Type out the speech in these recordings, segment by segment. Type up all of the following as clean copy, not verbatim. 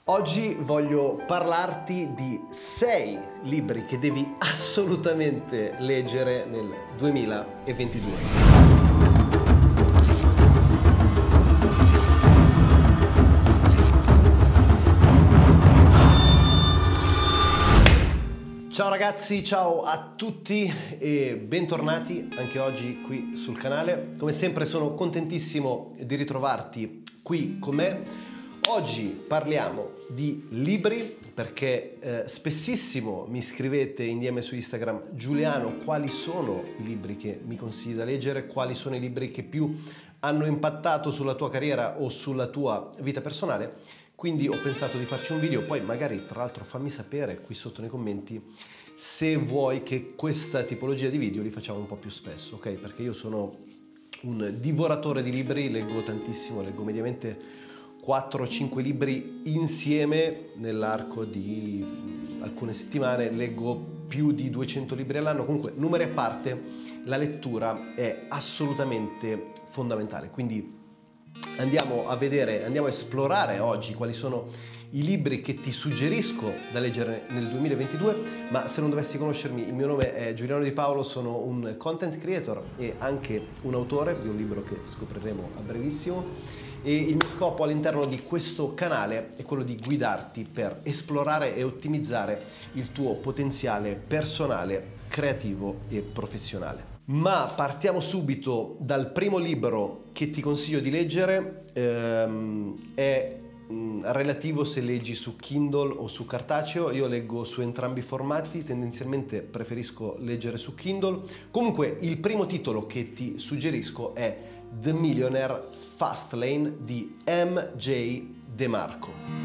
Oggi voglio parlarti di 6 libri che devi assolutamente leggere nel 2022. Ciao ragazzi, ciao a tutti e bentornati anche oggi qui sul canale. Come sempre sono contentissimo di ritrovarti qui con me. Oggi parliamo di libri perché spessissimo mi scrivete in DM su Instagram: Giuliano, quali sono i libri che mi consigli da leggere? Quali sono i libri che più hanno impattato sulla tua carriera o sulla tua vita personale? Quindi ho pensato di farci un video, poi magari tra l'altro fammi sapere qui sotto nei commenti se vuoi che questa tipologia di video li facciamo un po' più spesso, ok? Perché io sono un divoratore di libri, leggo tantissimo, leggo mediamente 4-5 libri insieme nell'arco di alcune settimane, leggo più di 200 libri all'anno. Comunque, numeri a parte, la lettura è assolutamente fondamentale, quindi andiamo a esplorare oggi quali sono i libri che ti suggerisco da leggere nel 2022. Ma se non dovessi conoscermi, il mio nome è Giuliano Di Paolo, sono un content creator e anche un autore di un libro che scopriremo a brevissimo, e il mio scopo all'interno di questo canale è quello di guidarti per esplorare e ottimizzare il tuo potenziale personale, creativo e professionale. Ma partiamo subito dal primo libro che ti consiglio di leggere. È relativo se leggi su Kindle o su cartaceo. Io leggo su entrambi i formati, tendenzialmente preferisco leggere su Kindle. Comunque il primo titolo che ti suggerisco è The Millionaire Fastlane di M.J. DeMarco.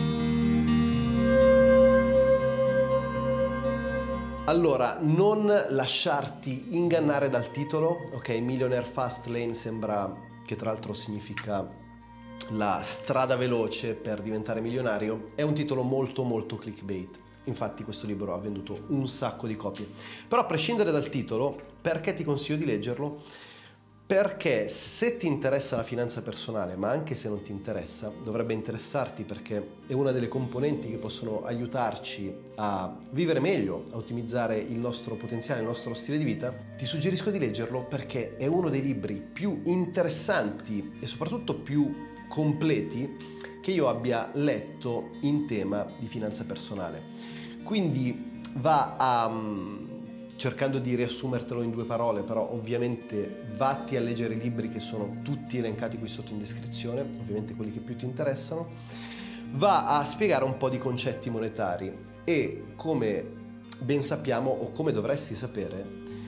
Allora, non lasciarti ingannare dal titolo, ok? Millionaire Fastlane sembra che tra l'altro significa la strada veloce per diventare milionario. È un titolo molto clickbait. Infatti questo libro ha venduto un sacco di copie. Però a prescindere dal titolo, perché ti consiglio di leggerlo? Perché se ti interessa la finanza personale, ma anche se non ti interessa, dovrebbe interessarti, perché è una delle componenti che possono aiutarci a vivere meglio, a ottimizzare il nostro potenziale, il nostro stile di vita. Ti suggerisco di leggerlo perché è uno dei libri più interessanti e soprattutto più completi che io abbia letto in tema di finanza personale. Quindi va a... cercando di riassumertelo in 2 parole, però ovviamente vatti a leggere i libri che sono tutti elencati qui sotto in descrizione, ovviamente quelli che più ti interessano. Va a spiegare un po' di concetti monetari e, come ben sappiamo o come dovresti sapere,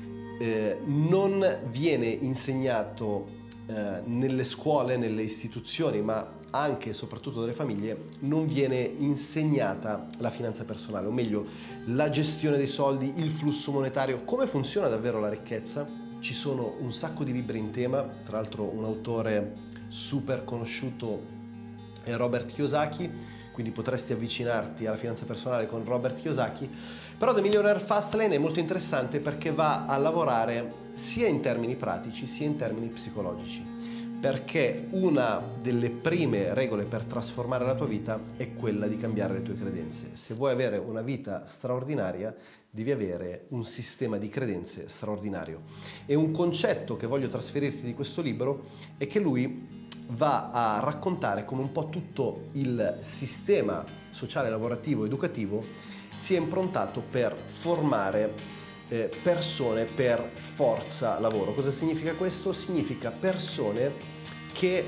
non viene insegnato nelle scuole, nelle istituzioni, ma anche e soprattutto dalle famiglie, non viene insegnata la finanza personale, o meglio la gestione dei soldi, il flusso monetario, come funziona davvero la ricchezza. Ci sono un sacco di libri in tema, tra l'altro un autore super conosciuto è Robert Kiyosaki, quindi potresti avvicinarti alla finanza personale con Robert Kiyosaki. Però The Millionaire Fastlane è molto interessante perché va a lavorare sia in termini pratici sia in termini psicologici, perché una delle prime regole per trasformare la tua vita è quella di cambiare le tue credenze. Se vuoi avere una vita straordinaria, devi avere un sistema di credenze straordinario. E un concetto che voglio trasferirti di questo libro è che lui va a raccontare come un po' tutto il sistema sociale, lavorativo, educativo sia improntato per formare persone per forza lavoro. Cosa significa questo? Significa persone che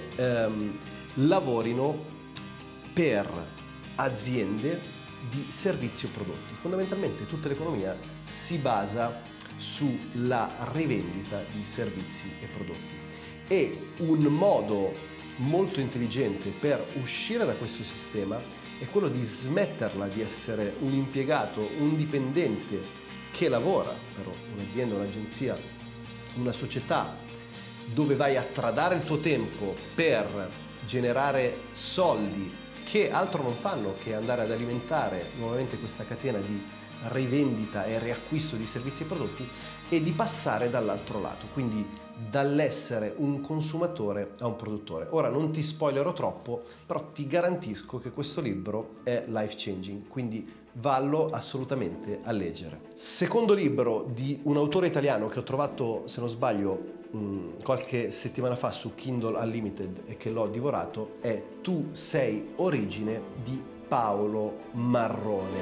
lavorino per aziende di servizi o prodotti. Fondamentalmente tutta l'economia si basa sulla rivendita di servizi e prodotti. E un modo molto intelligente per uscire da questo sistema è quello di smetterla di essere un impiegato, un dipendente che lavora per un'azienda, un'agenzia, una società, dove vai a tradare il tuo tempo per generare soldi che altro non fanno che andare ad alimentare nuovamente questa catena di rivendita e riacquisto di servizi e prodotti e di passare dall'altro lato, quindi dall'essere un consumatore a un produttore. Ora non ti spoilerò troppo, però ti garantisco che questo libro è life changing, quindi vallo assolutamente a leggere. Secondo libro di un autore italiano che ho trovato, se non sbaglio, qualche settimana fa su Kindle Unlimited e che l'ho divorato, è Tu sei origine di Paolo Marrone.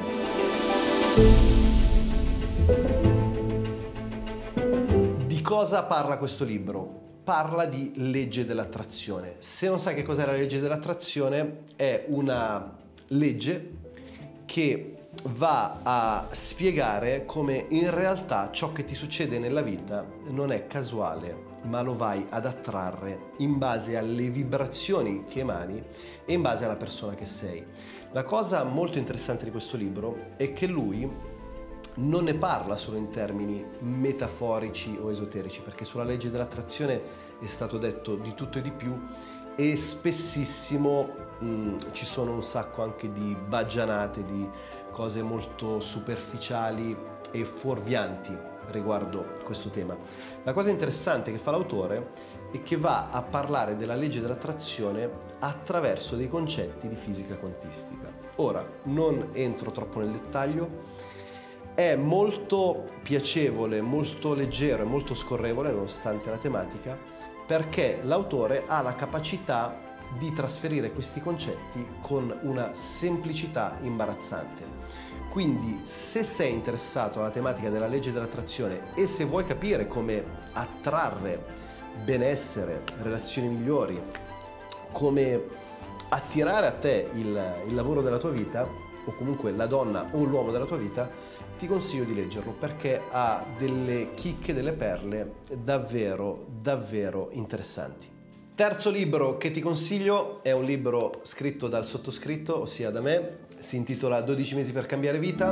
Di cosa parla questo libro? Parla di legge dell'attrazione. Se non sai che cos'è la legge dell'attrazione, è una legge che va a spiegare come in realtà ciò che ti succede nella vita non è casuale, ma lo vai ad attrarre in base alle vibrazioni che emani e in base alla persona che sei. La cosa molto interessante di questo libro è che lui non ne parla solo in termini metaforici o esoterici, perché sulla legge dell'attrazione è stato detto di tutto e di più e spessissimo ci sono un sacco anche di baggianate, di cose molto superficiali e fuorvianti riguardo questo tema. La cosa interessante che fa l'autore è che va a parlare della legge dell'attrazione attraverso dei concetti di fisica quantistica. Ora, non entro troppo nel dettaglio, è molto piacevole, molto leggero e molto scorrevole nonostante la tematica, perché l'autore ha la capacità di trasferire questi concetti con una semplicità imbarazzante. Quindi se sei interessato alla tematica della legge dell'attrazione e se vuoi capire come attrarre benessere, relazioni migliori, come attirare a te il lavoro della tua vita o comunque la donna o l'uomo della tua vita, ti consiglio di leggerlo perché ha delle chicche, delle perle davvero, davvero interessanti. Terzo libro che ti consiglio è un libro scritto dal sottoscritto, ossia da me, si intitola 12 mesi per cambiare vita.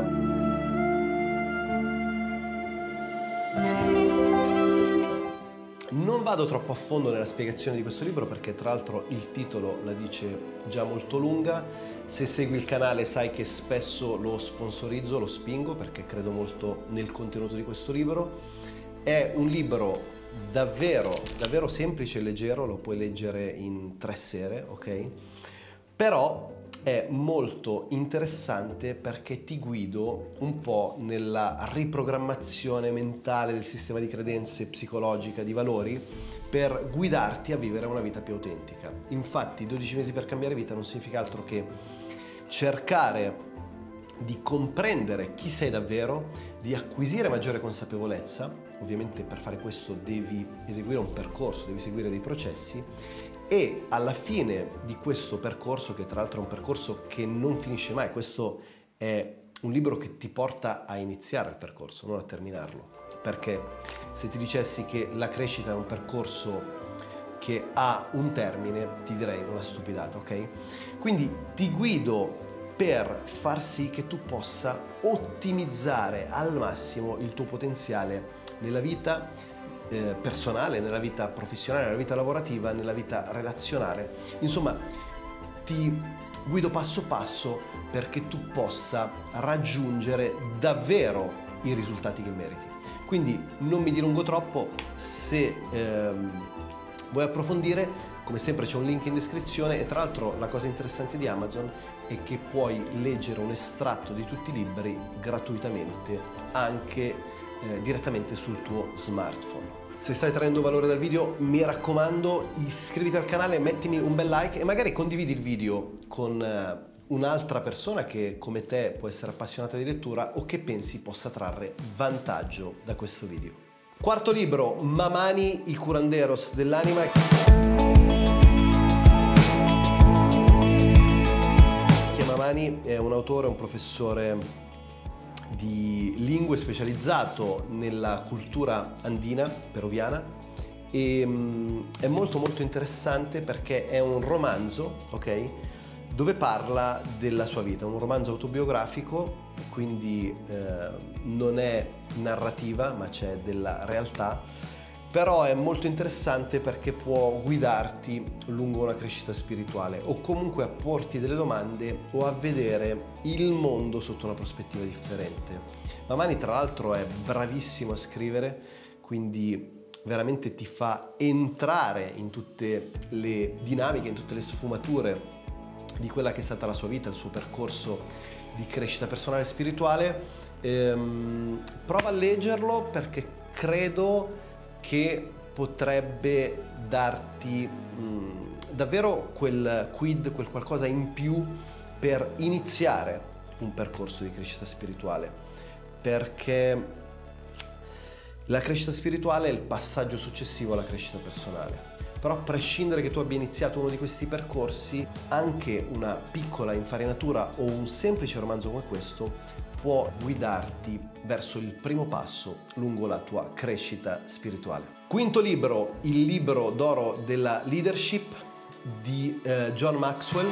Non vado troppo a fondo nella spiegazione di questo libro perché tra l'altro il titolo la dice già molto lunga. Se segui il canale sai che spesso lo sponsorizzo, lo spingo perché credo molto nel contenuto di questo libro. È un libro davvero, davvero semplice e leggero, lo puoi leggere in 3 sere, ok? Però è molto interessante perché ti guido un po' nella riprogrammazione mentale del sistema di credenze psicologica, di valori, per guidarti a vivere una vita più autentica. Infatti 12 mesi per cambiare vita non significa altro che cercare di comprendere chi sei davvero, di acquisire maggiore consapevolezza. Ovviamente per fare questo devi eseguire un percorso, devi seguire dei processi e alla fine di questo percorso, che tra l'altro è un percorso che non finisce mai, questo è un libro che ti porta a iniziare il percorso, non a terminarlo, perché se ti dicessi che la crescita è un percorso che ha un termine, ti direi una stupidata, ok? Quindi ti guido per far sì che tu possa ottimizzare al massimo il tuo potenziale nella vita personale, nella vita professionale, nella vita lavorativa, nella vita relazionale. Insomma, ti guido passo passo perché tu possa raggiungere davvero i risultati che meriti. Quindi non mi dilungo troppo, se vuoi approfondire, come sempre c'è un link in descrizione e tra l'altro la cosa interessante di Amazon è che puoi leggere un estratto di tutti i libri gratuitamente anche direttamente sul tuo smartphone. Se stai traendo valore dal video, mi raccomando, iscriviti al canale, mettimi un bel like e magari condividi il video con un'altra persona che come te può essere appassionata di lettura o che pensi possa trarre vantaggio da questo video. Quarto libro, Mamani, i curanderos dell'anima. Mamani è un autore, un professore di lingue specializzato nella cultura andina, peruviana, e è molto molto interessante perché è un romanzo, ok? Dove parla della sua vita, un romanzo autobiografico, quindi non è narrativa ma c'è della realtà però è molto interessante perché può guidarti lungo una crescita spirituale o comunque a porti delle domande o a vedere il mondo sotto una prospettiva differente. Mamani tra l'altro è bravissimo a scrivere, quindi veramente ti fa entrare in tutte le dinamiche, in tutte le sfumature di quella che è stata la sua vita, il suo percorso di crescita personale e spirituale. Prova a leggerlo perché credo che potrebbe darti davvero quel quid, quel qualcosa in più per iniziare un percorso di crescita spirituale, perché la crescita spirituale è il passaggio successivo alla crescita personale. Però a prescindere che tu abbia iniziato uno di questi percorsi, anche una piccola infarinatura o un semplice romanzo come questo può guidarti verso il primo passo lungo la tua crescita spirituale. Quinto libro, il libro d'oro della leadership di John Maxwell.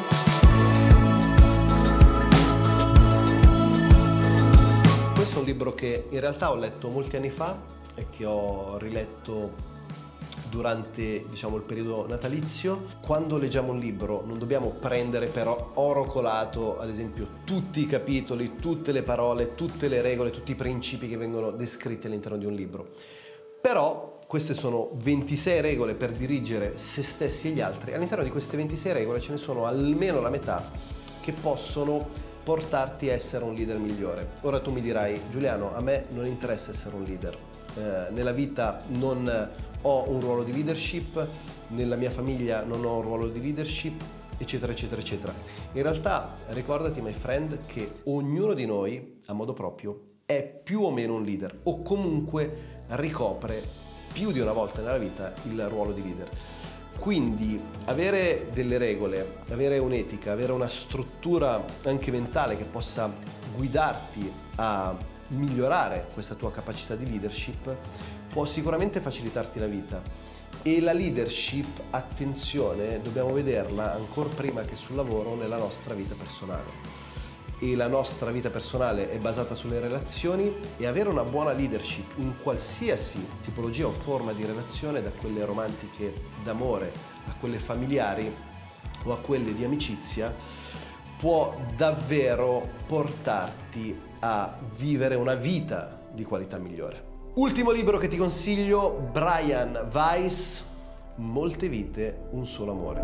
Questo è un libro che in realtà ho letto molti anni fa e che ho riletto durante, il periodo natalizio. Quando leggiamo un libro non dobbiamo prendere però oro colato, ad esempio, tutti i capitoli, tutte le parole, tutte le regole, tutti i principi che vengono descritti all'interno di un libro. Però queste sono 26 regole per dirigere se stessi e gli altri. All'interno di queste 26 regole ce ne sono almeno la metà che possono portarti a essere un leader migliore. Ora tu mi dirai: Giuliano, a me non interessa essere un leader. Nella vita non ho un ruolo di leadership, nella mia famiglia non ho un ruolo di leadership, eccetera, eccetera, eccetera. In realtà, ricordati, my friend, che ognuno di noi, a modo proprio, è più o meno un leader, o comunque ricopre più di una volta nella vita il ruolo di leader. Quindi avere delle regole, avere un'etica, avere una struttura anche mentale che possa guidarti a migliorare questa tua capacità di leadership può sicuramente facilitarti la vita. E la leadership, attenzione, dobbiamo vederla ancora prima che sul lavoro nella nostra vita personale. E la nostra vita personale è basata sulle relazioni, e avere una buona leadership in qualsiasi tipologia o forma di relazione, da quelle romantiche d'amore a quelle familiari o a quelle di amicizia, può davvero portarti a vivere una vita di qualità migliore. Ultimo libro che ti consiglio, Brian Weiss, Molte vite, un solo amore.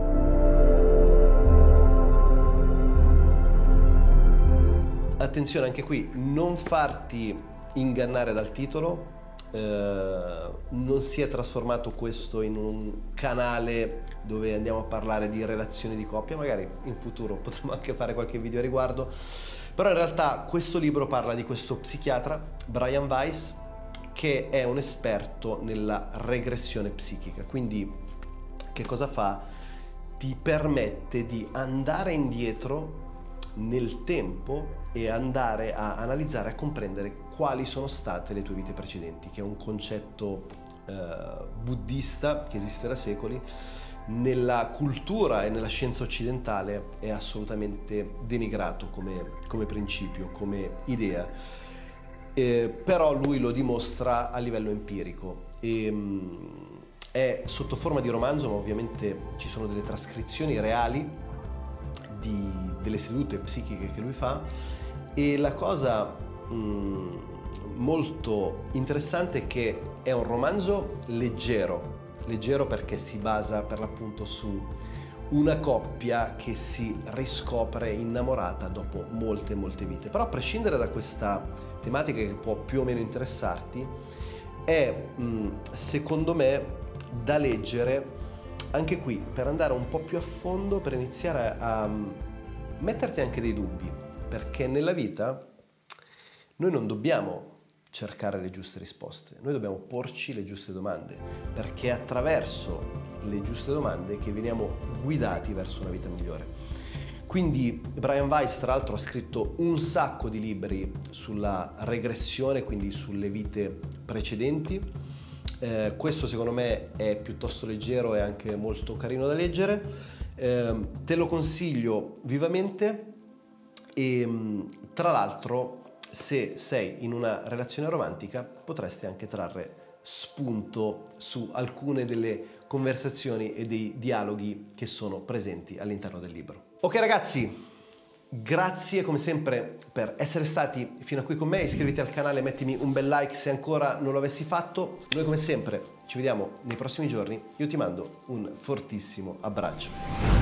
Attenzione anche qui, non farti ingannare dal titolo, non si è trasformato questo in un canale dove andiamo a parlare di relazioni di coppia, magari in futuro potremo anche fare qualche video a riguardo, però in realtà questo libro parla di questo psichiatra, Brian Weiss, che è un esperto nella regressione psichica. Quindi che cosa fa? Ti permette di andare indietro nel tempo e andare a analizzare, a comprendere quali sono state le tue vite precedenti, che è un concetto buddista che esiste da secoli. Nella cultura e nella scienza occidentale è assolutamente denigrato come principio, come idea. Però lui lo dimostra a livello empirico è sotto forma di romanzo, ma ovviamente ci sono delle trascrizioni reali delle sedute psichiche che lui fa, e la cosa molto interessante è che è un romanzo leggero perché si basa per l'appunto su una coppia che si riscopre innamorata dopo molte vite. Però a prescindere da questa tematica che può più o meno interessarti, è secondo me da leggere anche qui per andare un po' più a fondo, per iniziare a metterti anche dei dubbi, perché nella vita noi non dobbiamo cercare le giuste risposte, noi dobbiamo porci le giuste domande, perché è attraverso le giuste domande che veniamo guidati verso una vita migliore. Quindi Brian Weiss tra l'altro ha scritto un sacco di libri sulla regressione, quindi sulle vite precedenti. Questo secondo me è piuttosto leggero e anche molto carino da leggere, te lo consiglio vivamente. E tra l'altro, se sei in una relazione romantica, potresti anche trarre spunto su alcune delle conversazioni e dei dialoghi che sono presenti all'interno del libro. Ok ragazzi, grazie come sempre per essere stati fino a qui con me. Iscriviti al canale, mettimi un bel like se ancora non lo avessi fatto. Noi come sempre ci vediamo nei prossimi giorni. Io ti mando un fortissimo abbraccio.